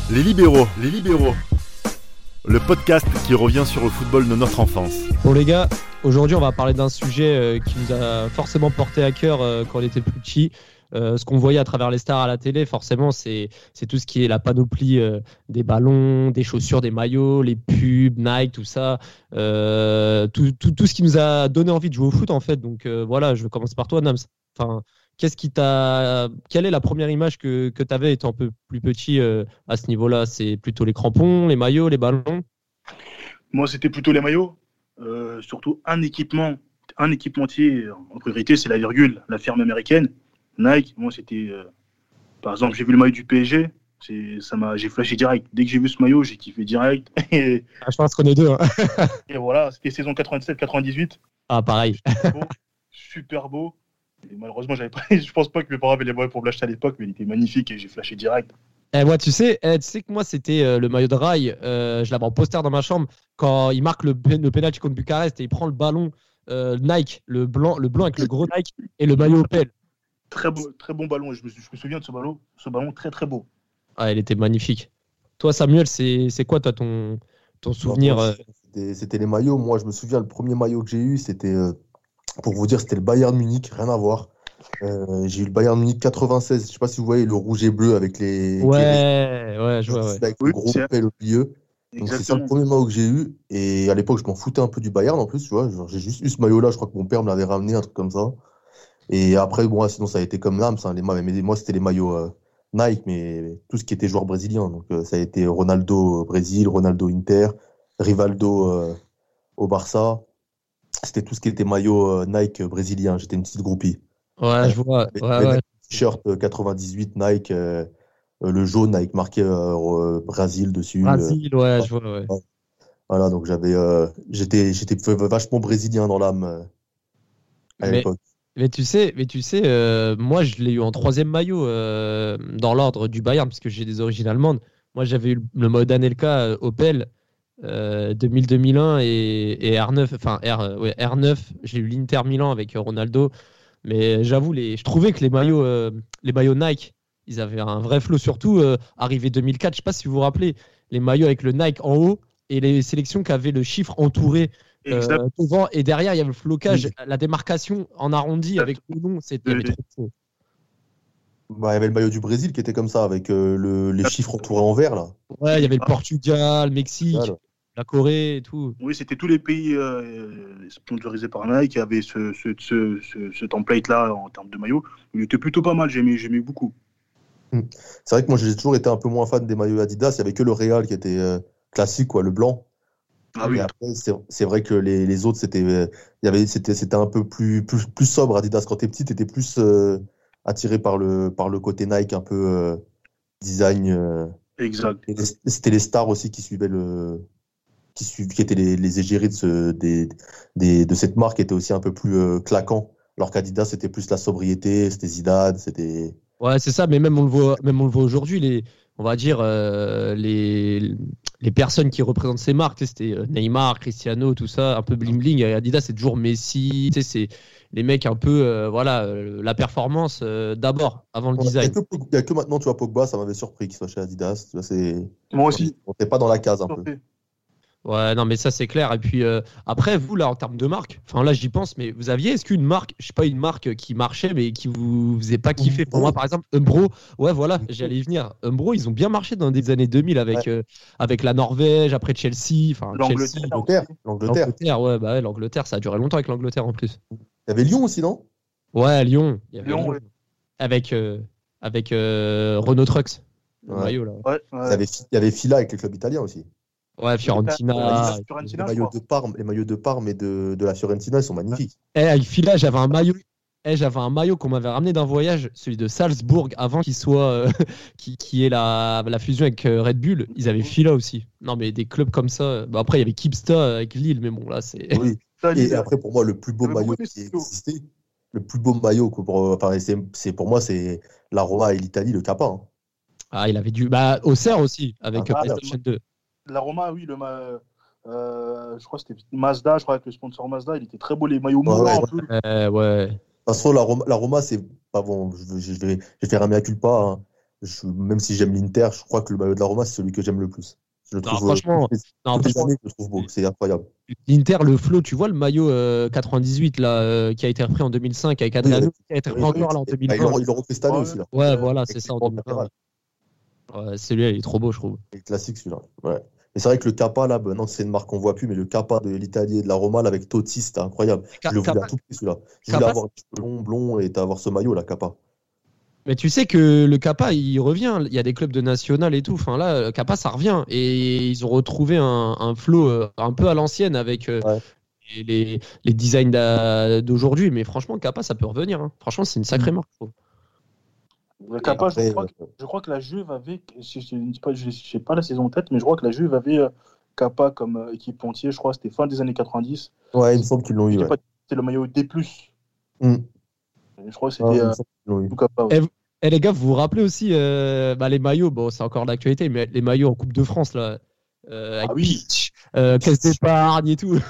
Les libéraux. Le podcast qui revient sur le football de notre enfance. Bon les gars, aujourd'hui on va parler d'un sujet qui nous a forcément porté à cœur quand on était plus petit. Ce qu'on voyait à travers les stars à la télé, forcément, c'est tout ce qui est la panoplie des ballons, des chaussures, des maillots, les pubs, Nike, tout ça. Tout ce qui nous a donné envie de jouer au foot, en fait. Donc voilà, je commence par toi, Nams. Enfin, quelle est la première image que tu avais étant un peu plus petit à ce niveau-là? C'est plutôt les crampons, les maillots, les ballons? Moi, c'était plutôt les maillots. Surtout un équipementier en priorité, c'est la virgule, la firme américaine. Nike, moi c'était, par exemple, j'ai vu le maillot du PSG, j'ai flashé direct. Dès que j'ai vu ce maillot, j'ai kiffé direct. Je pense qu'on est deux. Hein. Et voilà, c'était saison 97-98. Ah, pareil. Super beau. Et malheureusement, je pense pas que mes parents avaient les moyens pour me l'acheter à l'époque, mais il était magnifique et j'ai flashé direct. Moi, tu sais que moi, c'était le maillot de Rai. Je l'avais en poster dans ma chambre quand il marque le penalty contre Bucarest et il prend le ballon Nike, le blanc avec le gros Nike et le maillot Opel. Très bon ballon. Je me souviens de ce ballon très très beau. Ah, il était magnifique. Toi, Samuel, c'est quoi toi, ton souvenir C'était les maillots. Moi, je me souviens, le premier maillot que j'ai eu, c'était, pour vous dire, c'était le Bayern Munich, rien à voir. J'ai eu le Bayern Munich 96. Je sais pas si vous voyez le rouge et bleu avec les. Ouais, je vois. Ouais. Avec le gros pelle au milieu. Donc c'est ça le premier maillot que j'ai eu. Et à l'époque, je m'en foutais un peu du Bayern en plus, tu vois. Genre, j'ai juste eu ce maillot-là. Je crois que mon père me l'avait ramené, un truc comme ça. Et après, bon, sinon, ça a été comme l'âme. Moi, c'était les maillots Nike, mais tout ce qui était joueur brésilien. Donc, ça a été Ronaldo Brésil, Ronaldo Inter, Rivaldo au Barça. C'était tout ce qui était maillot Nike brésilien. J'étais une petite groupie. Ouais, je vois. Ouais. T-shirt 98 Nike, le jaune avec marqué Brésil dessus. Brésil, ouais, je vois. Ouais. Voilà, donc j'étais vachement brésilien dans l'âme à l'époque. Mais tu sais, moi je l'ai eu en troisième maillot dans l'ordre du Bayern parce que j'ai des origines allemandes. Moi j'avais eu le maillot d'Anelka Opel 2000-2001 et R9, R9. J'ai eu l'Inter Milan avec Ronaldo. Mais j'avoue, je trouvais que les maillots Nike, ils avaient un vrai flow. Surtout arrivé 2004, je sais pas si vous vous rappelez, les maillots avec le Nike en haut et les sélections qui avaient le chiffre entouré. Devant et derrière il y avait le flocage, la démarcation en arrondi avec le nom, c'était trop faux. Bah, il y avait le maillot du Brésil qui était comme ça avec les chiffres entourés en vert là. Ouais, il y avait le Portugal, le Mexique, la Corée et tout. Oui, c'était tous les pays sponsorisés par Nike qui avaient ce template là en termes de maillot. Il était plutôt pas mal, j'aimais beaucoup. C'est vrai que moi j'ai toujours été un peu moins fan des maillots Adidas, il y avait que le Real qui était classique quoi, le blanc. Ah oui. Après, c'est vrai que les autres, c'était un peu plus sobre. Adidas, quand t'es petit, t'étais plus attiré par le côté Nike, un peu design. Exact. C'était les stars aussi qui étaient les égéries de cette marque, qui étaient aussi un peu plus claquants. Alors qu'Adidas, c'était plus la sobriété, c'était Zidane, c'était. Ouais, c'est ça, mais même on le voit aujourd'hui, on va dire les personnes qui représentent ces marques, c'était Neymar, Cristiano, tout ça, un peu bling bling. Adidas, c'est toujours Messi, c'est les mecs un peu, la performance d'abord, avant le design. Il n'y a que maintenant, tu vois, Pogba, ça m'avait surpris qu'il soit chez Adidas. Tu vois, moi aussi. On n'était pas dans la case un peu. Ouais, non, mais ça c'est clair. Et puis après, vous là, en termes de marque, enfin là j'y pense, mais vous aviez, est-ce qu'une marque, je sais pas, une marque qui marchait, mais qui vous faisait pas kiffer? Pour moi, par exemple, Umbro, ouais, voilà, j'allais y venir. Umbro, ils ont bien marché dans des années 2000 avec la Norvège, après Chelsea, enfin l'Angleterre, ouais, l'Angleterre, ça a duré longtemps avec l'Angleterre en plus. Il y avait Lyon aussi, non? Ouais, Lyon. Il y avait Lyon, Lyon. ouais. Avec Renault Trucks, le maillot là. Ouais. Il y avait Fila avec les clubs italiens aussi. Ouais, Fiorentina. Les maillots de Parme et de la Fiorentina, ils sont magnifiques. Avec Fila, j'avais un maillot qu'on m'avait ramené d'un voyage, celui de Salzbourg, avant qu'il soit qui ait la fusion avec Red Bull. Ils avaient Fila aussi. Non, mais des clubs comme ça. Bah, après, il y avait Kipsta avec Lille, mais bon, là, c'est. Oui. Et après, pour moi, le plus beau maillot qui existait, pour moi, c'est la Roma et l'Italie, le Kappa. Hein. Ah, il avait Auxerre aussi, avec PlayStation 2. La Roma, oui, je crois que c'était Mazda, je crois avec le sponsor Mazda, il était très beau, les maillots moulants un peu. Ouais. De toute façon, la Roma, c'est pas bon. Je vais faire un mea culpa. Hein. même si j'aime l'Inter, je crois que le maillot de la Roma, c'est celui que j'aime le plus. Je le trouve, franchement, toutes les années, je le trouve beau. C'est incroyable. l'Inter, le flow, tu vois le maillot 98 là, qui a été repris en 2005 avec Adriano, qui a été repris encore là en 2020. Ils l'ont refait cette année aussi. Là. Ouais, voilà, c'est ça en 2020. Ouais, celui-là, il est trop beau, je trouve. C'est classique celui-là. Ouais. Et c'est vrai que le Kappa, là, maintenant c'est une marque qu'on voit plus, mais le Kappa de l'Italie et de la Roma, là, avec Totti, c'était incroyable. Je le voulais à tout prix celui-là. Je voulais avoir des cheveux blonds et avoir ce maillot, la Kappa. Mais tu sais que le Kappa, il revient. Il y a des clubs de national et tout. Enfin là, le Kappa, ça revient. Et ils ont retrouvé un flow un peu à l'ancienne avec les designs d'aujourd'hui. Mais franchement, Kappa, ça peut revenir. Hein. Franchement, c'est une sacrée marque. Le Kappa, je crois que la Juve avait, je n'ai pas la saison en tête, mais je crois que la Juve avait Kappa comme équipementier. Je crois que c'était fin des années 90. Ouais, il me semble qu'ils l'ont eu. C'était le maillot D+. Je crois que c'était Kappa. Ouais. Et les gars, vous vous rappelez aussi les maillots, bon, c'est encore d'actualité, mais les maillots en Coupe de France, là, avec Pitch, caisse d'épargne et tout.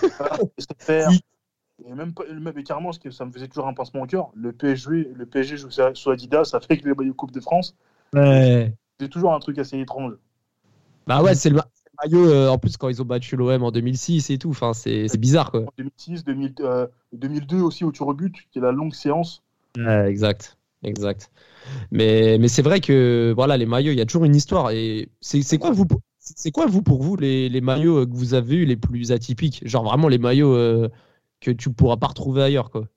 Et même carrément, ça me faisait toujours un pincement au cœur. Le PSG joue sur Adidas, ça fait que les maillots Coupe de France. Ouais. C'est toujours un truc assez étrange. Bah ouais, c'est le maillot, en plus, quand ils ont battu l'OM en 2006 et tout, enfin, c'est bizarre, quoi. En 2006, 2002 aussi, où tu rebutes, qui est la longue séance. Ouais, exact. Mais c'est vrai que voilà, les maillots, il y a toujours une histoire. Et c'est quoi pour vous les maillots que vous avez eu les plus atypiques, genre vraiment les maillots que tu pourras pas retrouver ailleurs, quoi.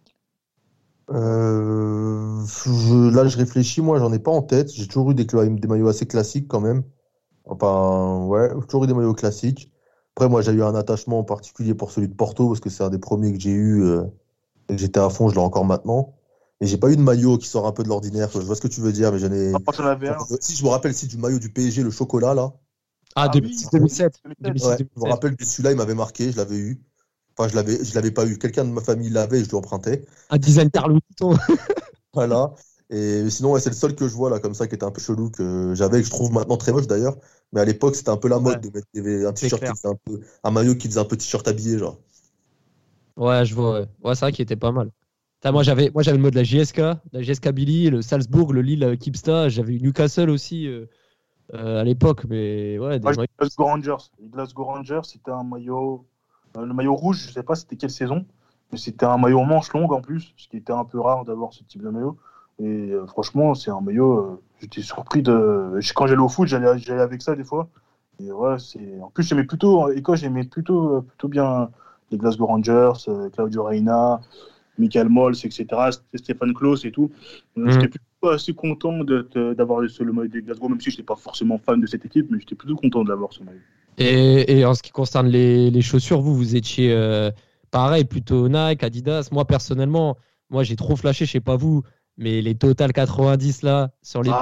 Là, je réfléchis, moi, j'en ai pas en tête. J'ai toujours eu des maillots assez classiques quand même. Enfin, ouais, j'ai toujours eu des maillots classiques. Après, moi, j'ai eu un attachement en particulier pour celui de Porto parce que c'est un des premiers que j'ai eu et que j'étais à fond. Je l'ai encore maintenant. Et j'ai pas eu de maillot qui sort un peu de l'ordinaire. Je vois ce que tu veux dire, mais j'en ai. J'en avais un. Si je me rappelle, du maillot du PSG, le chocolat là. Ah, 2006-2007. Ouais, je me rappelle que celui-là, il m'avait marqué, je l'avais eu. Enfin, je l'avais pas eu. Quelqu'un de ma famille l'avait et je lui empruntais. Un design Carlo Vuitton. Voilà. Et sinon, c'est le seul que je vois là, comme ça, qui était un peu chelou, que j'avais, et que je trouve maintenant très moche d'ailleurs. Mais à l'époque, c'était un peu la mode de mettre un t-shirt qui faisait un maillot qui faisait un peu t-shirt habillé, genre. Ouais, je vois. Ouais, c'est vrai qu'il était pas mal. Moi, j'avais le mot de la JSK Billy, le Salzbourg, le Lille Kipsta. J'avais eu Newcastle aussi à l'époque, mais ouais. Les Glasgow Rangers, c'était un maillot. Le maillot rouge, je sais pas c'était quelle saison, mais c'était un maillot manche longue en plus, ce qui était un peu rare d'avoir ce type de maillot. Et franchement, c'est un maillot. J'étais surpris de. Quand j'allais au foot, j'allais avec ça des fois. Et ouais, en plus, j'aimais plutôt bien les Glasgow Rangers, Claudio Reina, Michael Mols, etc., Stéphane Klose et tout. J'étais plutôt assez content d'avoir le maillot des Glasgow, même si je n'étais pas forcément fan de cette équipe, mais j'étais plutôt content de l'avoir ce maillot. Et en ce qui concerne les chaussures, vous étiez pareil, plutôt Nike, Adidas. Moi, personnellement, j'ai trop flashé, je sais pas vous, mais les Total 90 là, sur les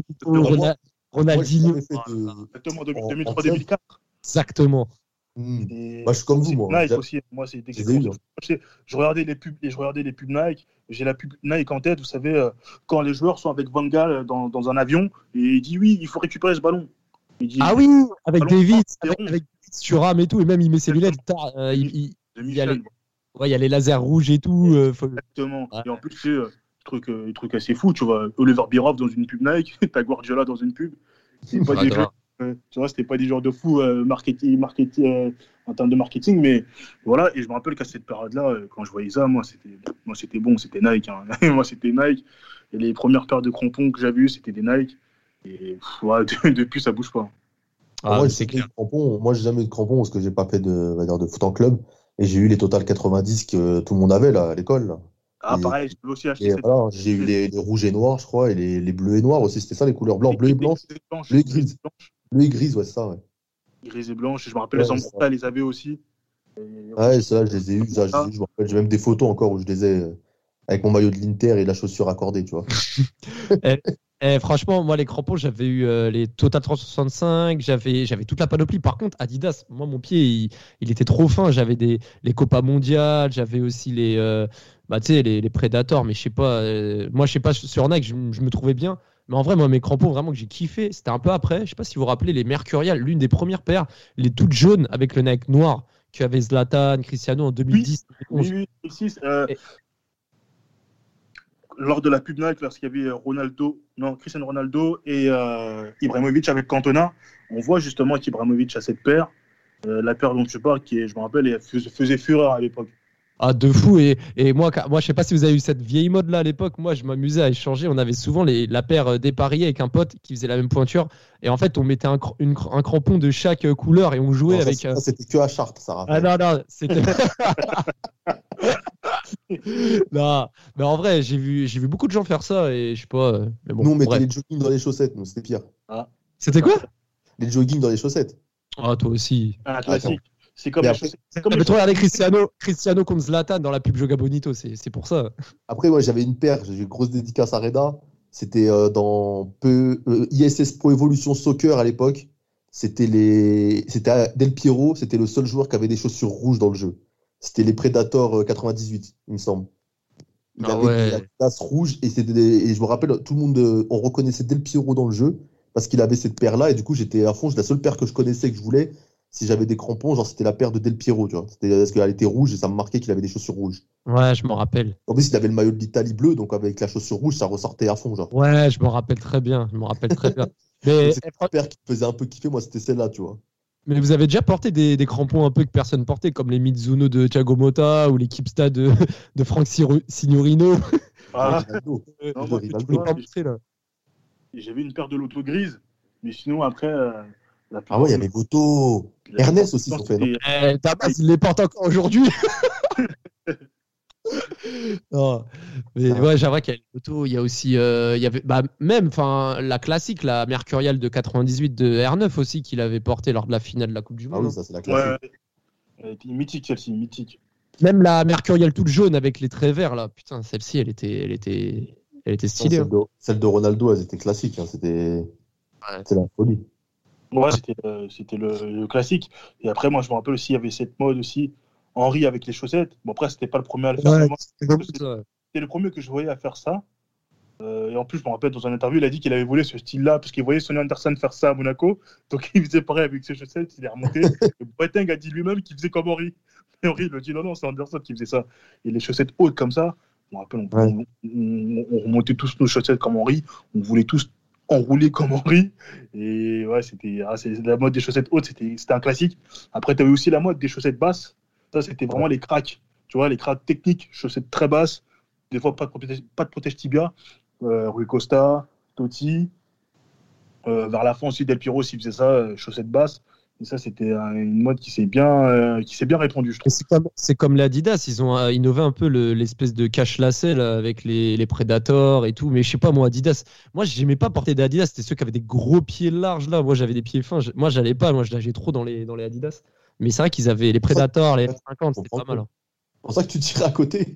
Ronaldinho. Exactement, 2003-2004. Exactement. Moi, je suis comme vous, moi. Nike aussi, moi, c'était quelque chose. Je regardais les pubs Nike. J'ai la pub Nike en tête, vous savez, quand les joueurs sont avec Van Gaal dans un avion, et il dit oui, il faut récupérer ce ballon. Ah oui, avec David, avec Thuram et tout, et même il met ses lunettes. Il y a les lasers rouges et tout. Exactement. Et en plus, c'est truc assez fou, tu vois. Oliver Bierhoff dans une pub Nike, t'as Guardiola dans une pub. C'est pas des joueurs, tu vois, c'était pas des joueurs de fou marketing en termes de marketing, mais voilà. Et je me rappelle qu'à cette période-là, quand je voyais ça, moi c'était bon, c'était Nike. Hein. Moi c'était Nike. Et les premières paires de crampons que j'avais eues, c'était des Nike. Et depuis, ça bouge pas. Moi, c'est clair. Moi, j'ai jamais eu de crampons parce que j'ai pas fait de foot en club. Et j'ai eu les Total 90 que tout le monde avait là, à l'école. Là. Pareil, je peux aussi acheter. Voilà, j'ai eu les rouges et noirs, je crois, et les bleus et noirs aussi. C'était ça, les couleurs blancs, bleu et blanches. Bleu et grise. Bleu et grise, ouais, c'est ça, ouais. Grise et blanche. Je me rappelle, les Zambrotta les avaient aussi. Ouais, ça, je les ai eu. Je me rappelle, j'ai même des photos encore où je les ai avec mon maillot de l'Inter et la chaussure accordée, tu vois. Franchement, moi, les crampons, j'avais eu les Total 365, j'avais toute la panoplie. Par contre, Adidas, moi, mon pied, il était trop fin. J'avais les Copa Mondiales, j'avais aussi les Predators, mais je sais pas. Moi, je sais pas, sur Nike, je me trouvais bien. Mais en vrai, moi, mes crampons, vraiment, que j'ai kiffé, c'était un peu après. Je sais pas si vous vous rappelez, les Mercurial, l'une des premières paires, les toutes jaunes avec le Nike noir, qu'avait Zlatan, Cristiano en 2010. Oui, 2006. lors de la pub Nike, lorsqu'il y avait Cristiano Ronaldo et Ibrahimovic avec Cantona, on voit justement qu'Ibrahimovic a cette paire, la paire dont tu parles, qui, je me rappelle, faisait fureur à l'époque. Ah, de fou. Et moi, je sais pas si vous avez eu cette vieille mode là à l'époque. Moi, je m'amusais à échanger. On avait souvent la paire dépareillée avec un pote qui faisait la même pointure. Et en fait, on mettait un crampon de chaque couleur et on jouait avec. Ça, c'était que à Chartres, ça rappelle. Ah non, c'était. Non, mais en vrai, j'ai vu beaucoup de gens faire ça et je sais pas. Mais bon, nous, on mettait les joggings dans les chaussettes, nous, c'était pire. Ah. C'était quoi? Les joggings dans les chaussettes. Ah, toi aussi. Ah, classique. C'est comme mais les chaussettes. Mais toi, regardez Cristiano contre Zlatan dans la pub Joga Bonito, c'est pour ça. Après, moi, j'avais une paire, j'ai une grosse dédicace à Reda. C'était dans ISS Pro Evolution Soccer à l'époque. C'était Del Piero, c'était le seul joueur qui avait des chaussures rouges dans le jeu. C'était les Predators 98, il me semble. Il avait la tasse rouge et je me rappelle, tout le monde, on reconnaissait Del Piero dans le jeu parce qu'il avait cette paire-là et du coup, j'étais à fond. C'est la seule paire que je connaissais, que je voulais. Si j'avais des crampons, genre c'était la paire de Del Piero, tu vois. Parce qu'elle était rouge et ça me marquait qu'il avait des chaussures rouges. Ouais, je me rappelle. En plus, il avait le maillot de l'Italie bleu, donc avec la chaussure rouge, ça ressortait à fond, genre. Ouais, je me rappelle très bien. Mais c'est une paire qui me faisait un peu kiffer, moi, c'était celle-là, tu vois. Mais vous avez déjà porté des crampons un peu que personne portait, comme les Mizuno de Thiago Motta ou les Kipsta de Frank Signorino. Ah, là. J'avais une paire de loto grise, mais sinon après. Ah ouais, il y avait Goto. Ernest aussi, ils ont fait. Ta base, il les porte encore aujourd'hui. Non. Mais ouais, j'avoue qu'il y a les photos, il y a aussi il y avait même la classique, la Mercurial de 98 de R9 aussi qu'il avait porté lors de la finale de la Coupe du Monde. Ah oui, ça c'est la classique. Ouais. Elle était mythique celle-ci, mythique. Même la Mercurial toute jaune avec les traits verts là, putain, celle-ci elle était stylée. Celle de Ronaldo, elles étaient classiques, hein. C'était la folie. Ouais, c'était le classique. Et après, moi, je me rappelle aussi, il y avait cette mode aussi, Henry avec les chaussettes. Bon, après, c'était pas le premier à le faire. Ouais, c'était le premier que je voyais à faire ça. Et en plus, je me rappelle, dans une interview, il a dit qu'il avait voulu ce style-là parce qu'il voyait Sonny Anderson faire ça à Monaco. Donc, il faisait pareil avec ses chaussettes. Il est remonté. Et Boateng a dit lui-même qu'il faisait comme Henry. Et Henry, il a dit non, c'est Anderson qui faisait ça. Et les chaussettes hautes comme ça, je me rappelle, on remontait tous nos chaussettes comme Henry. On voulait tous enroulé comme Henry. Et ouais, c'était la mode des chaussettes hautes, c'était un classique. Après, tu avais aussi la mode des chaussettes basses. Ça, c'était vraiment les cracks. Tu vois, les cracks techniques, chaussettes très basses. Des fois, pas de protège tibia. Rui Costa, Totti. Vers la fin aussi, Del Piero aussi faisait ça, chaussettes basses. Et ça, c'était une mode qui s'est bien répandue, je trouve. C'est comme l'Adidas, ils ont innové un peu l'espèce de cache-lacet avec les Predators et tout. Mais je sais pas, moi, Adidas, moi, j'aimais pas porter des Adidas. C'était ceux qui avaient des gros pieds larges là. Moi, j'avais des pieds fins. Moi, j'allais pas. Moi, je nageais trop dans les Adidas. Mais c'est vrai qu'ils avaient les Predators, les F50, c'était pas mal. Hein. C'est pour ça que tu tirais à côté.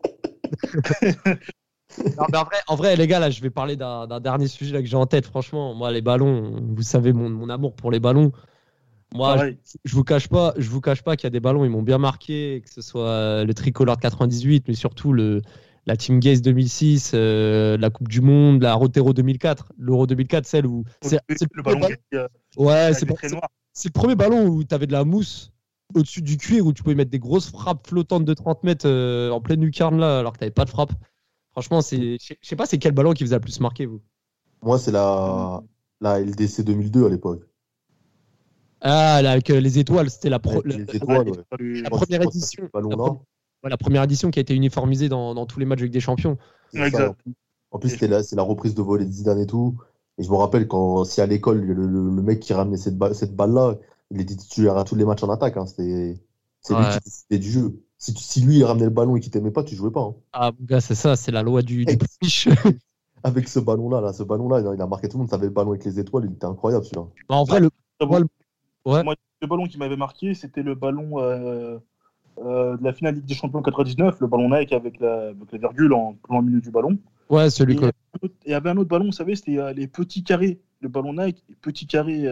Non, mais en vrai, les gars, là, je vais parler d'un dernier sujet là, que j'ai en tête. Franchement, moi, les ballons, vous savez mon amour pour les ballons. Moi, je vous cache pas qu'il y a des ballons, ils m'ont bien marqué, que ce soit le tricolore de 98, mais surtout la Team Gaze 2006, la Coupe du Monde, la Rotero 2004, l'Euro 2004, celle où c'est le ballon. Ouais, c'est le premier ballon où tu avais de la mousse au-dessus du cuir, où tu pouvais mettre des grosses frappes flottantes de 30 mètres en pleine lucarne là, alors que tu n'avais pas de frappe. Franchement, je sais pas, c'est quel ballon qui vous a le plus marqué, vous? Moi, c'est la LDC 2002 à l'époque. Ah, là, avec les étoiles, c'était la première édition. La première édition qui a été uniformisée dans tous les matchs avec des champions. Exact. En plus, c'est la reprise de volée de Zidane et tout. Et je me rappelle si à l'école, le mec qui ramenait cette balle-là, il était titulaire à tous les matchs en attaque. Hein. C'est lui qui décidait du jeu. Si lui, il ramenait le ballon et qu'il t'aimait pas, tu jouais pas. Hein. Ah, mon gars, c'est ça, c'est la loi du plus riche. Avec ce ballon-là, il a marqué tout le monde. Ça avait le ballon avec les étoiles, il était incroyable celui-là. En vrai, moi, le ballon qui m'avait marqué, c'était le ballon de la finale Ligue des Champions 99, le ballon Nike avec la virgule en plein milieu du ballon. Ouais, celui que. Il y avait un autre ballon, vous savez, c'était les petits carrés. Le ballon Nike, les petits carrés,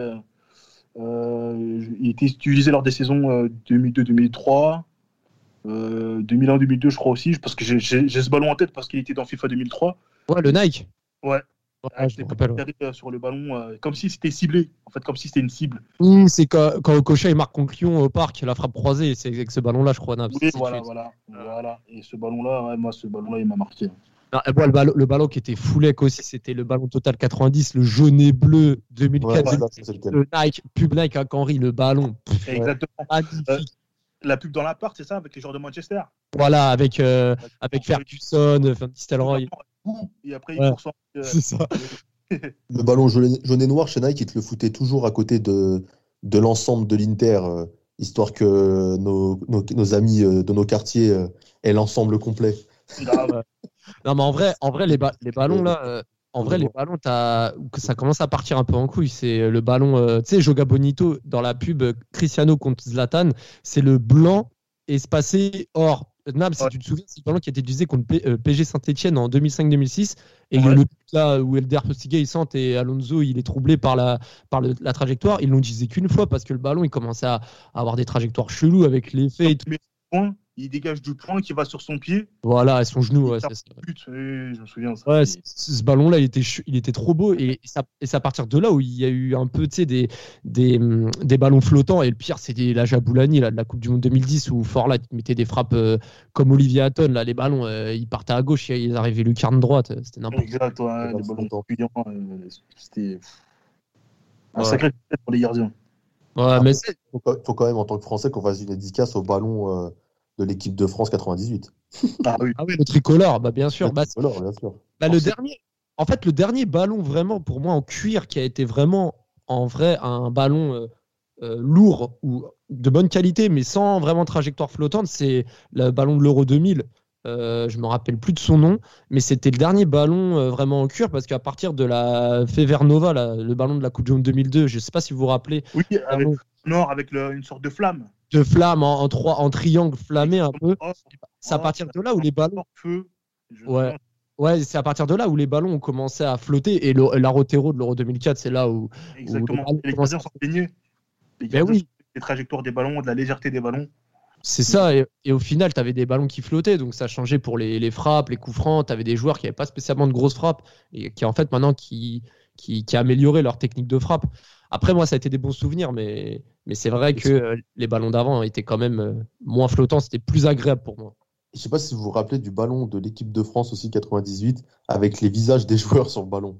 il était utilisé lors des saisons 2002-2003, 2001-2002, je crois aussi, parce que j'ai ce ballon en tête parce qu'il était dans FIFA 2003. Ouais, le Nike. Ouais. Je me rappelle, sur le ballon, comme si c'était ciblé, en fait, comme si c'était une cible. C'est quand Okocha il marque contre Lyon au parc, la frappe croisée, c'est avec ce ballon-là, je crois. Oui, voilà. Et ce ballon-là, moi, ce ballon-là, il m'a marqué. Non, et bon, le ballon qui était foulec aussi, c'était le ballon Total 90, le jaune et bleu 2004, le Nike, pub Nike avec Henry, le ballon. Exactement. La pub dans l'appart, c'est ça, avec les joueurs de Manchester. Voilà, avec Ferguson, Van Nistelrooy. Et après, il court. C'est ça. Le ballon jaune et noir chez Nike, ils te le foutaient toujours à côté de l'ensemble de l'Inter, histoire que nos amis de nos quartiers aient l'ensemble complet. Non, mais en vrai les ballons là, les ballons, ça commence à partir un peu en couille. C'est le ballon, tu sais, Joga Bonito dans la pub Cristiano contre Zlatan, c'est le blanc espacé or. Nab, si tu te souviens, c'est le ballon qui a été utilisé contre PG Saint-Etienne en 2005-2006. Et le but là où Elder Postiga il sente et Alonso il est troublé par la trajectoire, ils l'ont utilisé qu'une fois parce que le ballon il commençait à avoir des trajectoires cheloues avec l'effet et tout. Il dégage du point qui va sur son pied. Voilà, à son genou. C'est ça. Je me souviens. Ça, ouais, ce ballon-là, il était trop beau. Et c'est à partir de là où il y a eu un peu des ballons flottants. Et le pire, c'était la Jaboulani de la Coupe du Monde 2010 où Forlat mettait des frappes comme Olivier Hatton. Là, les ballons, ils partaient à gauche, ils arrivaient lucarne droite. C'était n'importe quoi. Exact, les ballons fuyants. C'était un sacré pour les gardiens. Ouais, mais faut quand même, en tant que Français, qu'on fasse une dédicace au ballon de l'équipe de France 98. Ah oui, le tricolore, bien sûr. Le tricolore, bien sûr. Le dernier ballon vraiment pour moi en cuir qui a été vraiment en vrai un ballon lourd ou de bonne qualité mais sans vraiment trajectoire flottante, c'est le ballon de l'Euro 2000. Je me rappelle plus de son nom, mais c'était le dernier ballon vraiment en cuir parce qu'à partir de la Fevernova, le ballon de la Coupe du Monde 2002, je sais pas si vous vous rappelez. Oui, avec une sorte de flamme. De flamme en triangle flammé un peu. C'est à partir de là où les ballons. Ouais, c'est à partir de là où les ballons ont commencé à flotter et l'Arotero de l'Euro 2004, c'est là où. Exactement. Les gardiens sont peignés. Les trajectoires des ballons, de la légèreté des ballons. C'est ça, et au final, tu avais des ballons qui flottaient, donc ça changeait pour les frappes, les coups francs. Tu avais des joueurs qui n'avaient pas spécialement de grosses frappes et qui, en fait, maintenant, qui amélioraient leur technique de frappe. Après, moi, ça a été des bons souvenirs, mais c'est vrai que les ballons d'avant étaient quand même moins flottants, c'était plus agréable pour moi. Je ne sais pas si vous vous rappelez du ballon de l'équipe de France aussi 98 avec les visages des joueurs sur le ballon.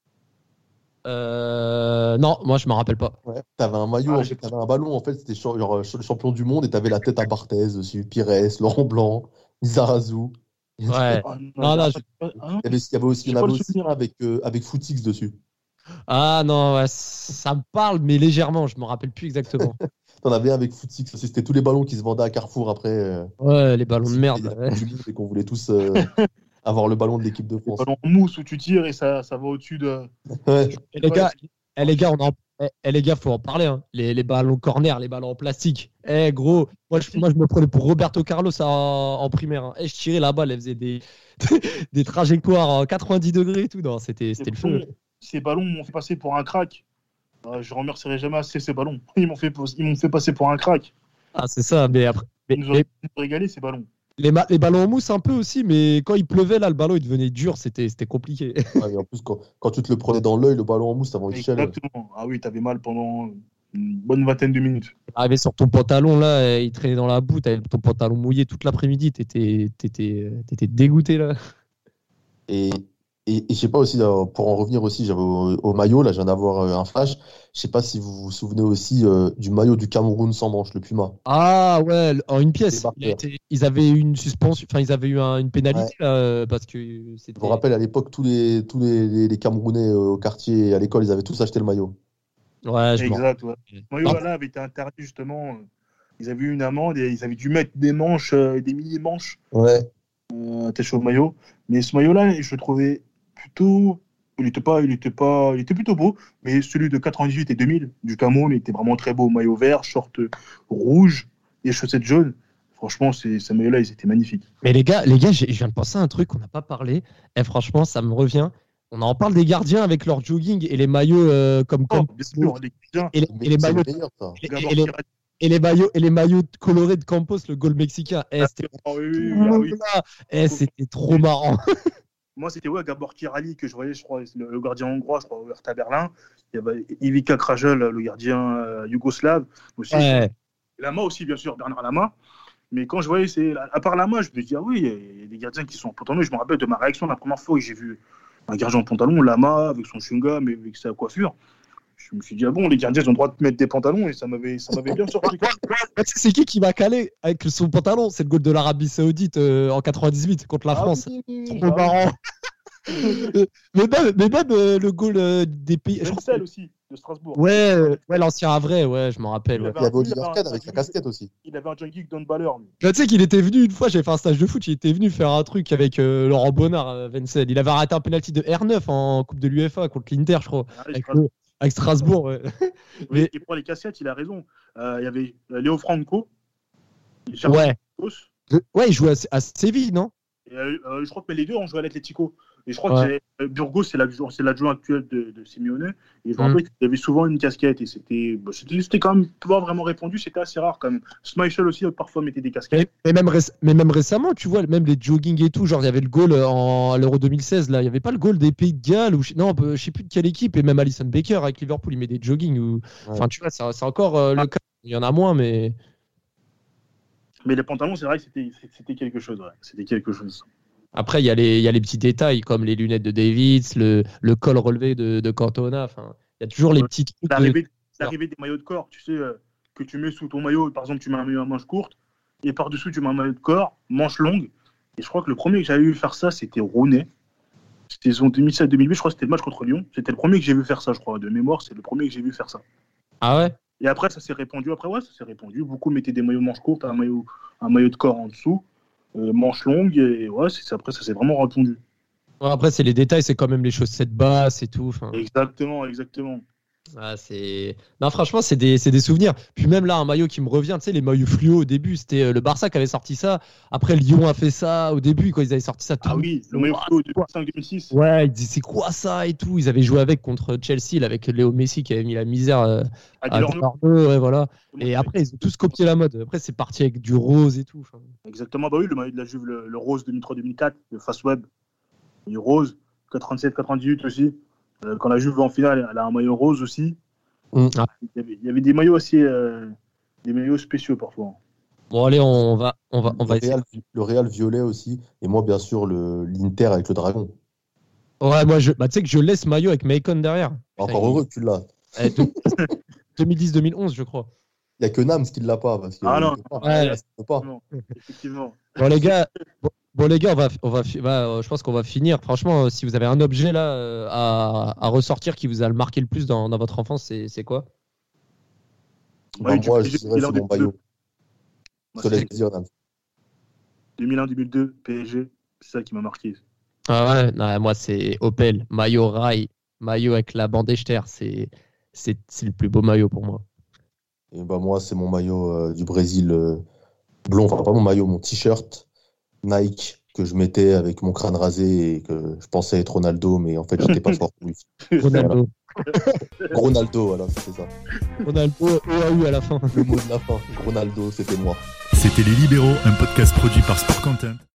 Non, moi je me rappelle pas. Ouais, t'avais un maillot, t'avais un ballon en fait, c'était le champion du monde et t'avais la tête à Barthez dessus, Pires, Laurent Blanc, Lizarazu. Ouais. Il y avait aussi avec Footix dessus. Ah non, ouais, ça me parle, mais légèrement, je me rappelle plus exactement. T'en avais avec Footix aussi, c'était tous les ballons qui se vendaient à Carrefour après. Ouais, les ballons de merde. Et qu'on voulait tous avoir le ballon de l'équipe de France. Le ballon en mousse où tu tires et ça va au-dessus de. Ouais. Les gars, faut en parler. Hein. Les ballons corner, les ballons en plastique. Gros, moi je me prenais pour Roberto Carlos en primaire. Hein. Je tirais la balle, elle faisait des trajectoires en 90 degrés et tout. Non, c'était le feu. Ces ballons m'ont fait passer pour un crack. Je remercierai jamais assez ces ballons. Ils m'ont fait passer pour un crack. Ah, c'est ça, mais après. Ils nous ont régalé ces ballons. Les ballons en mousse un peu aussi, mais quand il pleuvait, là, le ballon il devenait dur, c'était compliqué. Ouais, et en plus, quand tu te le prenais dans l'œil, le ballon en mousse, ça vendait cher. Exactement. Ah oui, t'avais mal pendant une bonne vingtaine de minutes. Arrivé sur ton pantalon, là, il traînait dans la boue, t'avais ton pantalon mouillé toute l'après-midi, t'étais dégoûté, là. Et je sais pas aussi, pour en revenir aussi, j'avais au maillot, là, je viens d'avoir un flash. Je sais pas si vous vous souvenez aussi du maillot du Cameroun sans manche, le Puma. Ah ouais, en une pièce. Ils avaient eu une suspension, enfin ils avaient eu une pénalité là, parce que c'était. Je vous rappelle à l'époque tous les Camerounais au quartier et à l'école, ils avaient tous acheté le maillot. Ouais, exact. Ouais. Le maillot là avait été interdit justement. Ils avaient eu une amende et ils avaient dû mettre des manches, des mini-manches. Ouais. Attaché au maillot. Mais ce maillot là, je le trouvais plutôt. Il était plutôt beau, mais celui de 98 et 2000 du Cameroun, il était vraiment très beau. Maillot vert, short rouge et chaussettes jaunes. Franchement, ces maillots-là, ils étaient magnifiques. Mais les gars, je viens de penser à un truc qu'on n'a pas parlé. Et franchement, ça me revient. On en parle des gardiens avec leur jogging et les maillots comme bien sûr, les gardiens. Et les maillots colorés de Campos, le goal mexicain. C'était trop marrant. Moi, c'était Gabor Kirali que je voyais, je crois, le gardien hongrois, je crois, au Hertha Berlin. Il y avait Ivica Krajl, le gardien yougoslave aussi. Ouais. Lama aussi, bien sûr, Bernard Lama. Mais quand je voyais, à part la main, je me dis, ah oui, il y a des gardiens qui sont en pantalon. Je me rappelle de ma réaction la première fois que j'ai vu un gardien en pantalon, Lama, avec son chewing-gum et avec sa coiffure. Je me suis dit, ah bon, les gardiens, ils ont le droit de mettre des pantalons, et ça m'avait bien surpris. C'est qui m'a calé avec son pantalon? C'est le goal de l'Arabie Saoudite en 98 contre la France. Trop marrant. mais même le goal des pays. Denzel aussi, de Strasbourg. Ouais, l'ancien Havre, ouais, je m'en rappelle. Il avait Oliver Kahn avec la casquette aussi. Il avait un junkie d'handballeur. Tu sais qu'il était venu une fois, j'avais fait un stage de foot, il était venu faire un truc avec Laurent Bonnard, Wenzel. Il avait arrêté un penalty de R9 en Coupe de l'UEFA contre l'Inter, je crois. Avec Strasbourg, ouais. Oui, et pour les casquettes, il a raison. Il y avait Léo Franco. Ouais. Il jouait à Séville, non? Je crois que les deux ont joué à l'Atlético. Et je crois que Burgos, c'est l'adjoint actuel de Simeone. Et je me rappelle qu'il y avait souvent une casquette. Et c'était quand même pas vraiment répandu. C'était assez rare quand même. Schmeichel aussi, parfois, mettait des casquettes. Mais même récemment, tu vois, même les jogging et tout. Genre, il y avait le goal à l'Euro 2016. Là. Il n'y avait pas le goal des Pays de Galles. Non, je sais plus de quelle équipe. Et même Alisson Becker avec Liverpool, il met des jogging. Enfin, tu vois, c'est encore le cas. Il y en a moins, mais. Mais les pantalons, c'est vrai que c'était quelque chose. Ouais. C'était quelque chose. Après, il y a les petits détails comme les lunettes de Davids, le col relevé de Cantona. Enfin, il y a toujours les petits trucs. L'arrivée des maillots de corps, tu sais, que tu mets sous ton maillot. Par exemple, tu mets un maillot à manche courte et par-dessous, tu mets un maillot de corps, manche longue. Et je crois que le premier que j'avais vu faire ça, c'était Rooney. C'était son 2007-2008, je crois que c'était le match contre Lyon. C'était le premier que j'ai vu faire ça, je crois. De mémoire, c'est le premier que j'ai vu faire ça. Ah ouais? Et après, ça s'est répandu. Beaucoup mettaient des maillots manche courte, un maillot de corps en dessous. Manche longue, et après ça s'est vraiment répondu. Ouais, après, c'est les détails, c'est quand même les chaussettes basses et tout. Exactement. Non, franchement, c'est des souvenirs. Puis même là, un maillot qui me revient, tu sais, les maillots fluo au début, c'était le Barça qui avait sorti ça. Après, Lyon a fait ça au début, quand ils avaient sorti ça. Ah oui, le maillot fluo 2005-2006. Ouais, ils disaient c'est quoi ça et tout. Ils avaient joué avec contre Chelsea, avec Léo Messi qui avait mis la misère à Gallardo. Ouais, voilà. Et après, ils ont tous copié la mode. Après, c'est parti avec du rose et tout. Exactement, bah oui, le maillot de la Juve, le rose 2003-2004, le Fastweb, le rose, 97-98 aussi. Quand la Juve va en finale, elle a un maillot rose aussi. Il y avait des maillots aussi, des maillots spéciaux parfois. Bon, allez, on va essayer. Le Real violet aussi. Et moi, bien sûr, l'Inter avec le dragon. Ouais, moi, tu sais que je laisse maillot avec Maicon derrière. Encore heureux que tu l'as. 2010-2011, je crois. Il n'y a que Nams qui ne l'a pas. Parce que non, effectivement. Bon, les gars, je pense qu'on va finir. Franchement, si vous avez un objet là à ressortir qui vous a marqué le plus dans votre enfance, c'est quoi? Moi, je dirais c'est mon maillot. 2001-2002, PSG, c'est ça qui m'a marqué. Ah ouais, non, moi c'est Opel, maillot rail, maillot avec la bande Echter, c'est le plus beau maillot pour moi. Et moi, c'est mon maillot du Brésil blond, enfin pas mon maillot, mon t-shirt Nike que je mettais avec mon crâne rasé et que je pensais être Ronaldo, mais en fait j'étais pas fort pour lui. Ronaldo. Ronaldo, voilà, c'était ça. Ronaldo, OAU à la fin. Le mot de la fin, Ronaldo, c'était moi. C'était Les Libéraux, un podcast produit par Sport Content.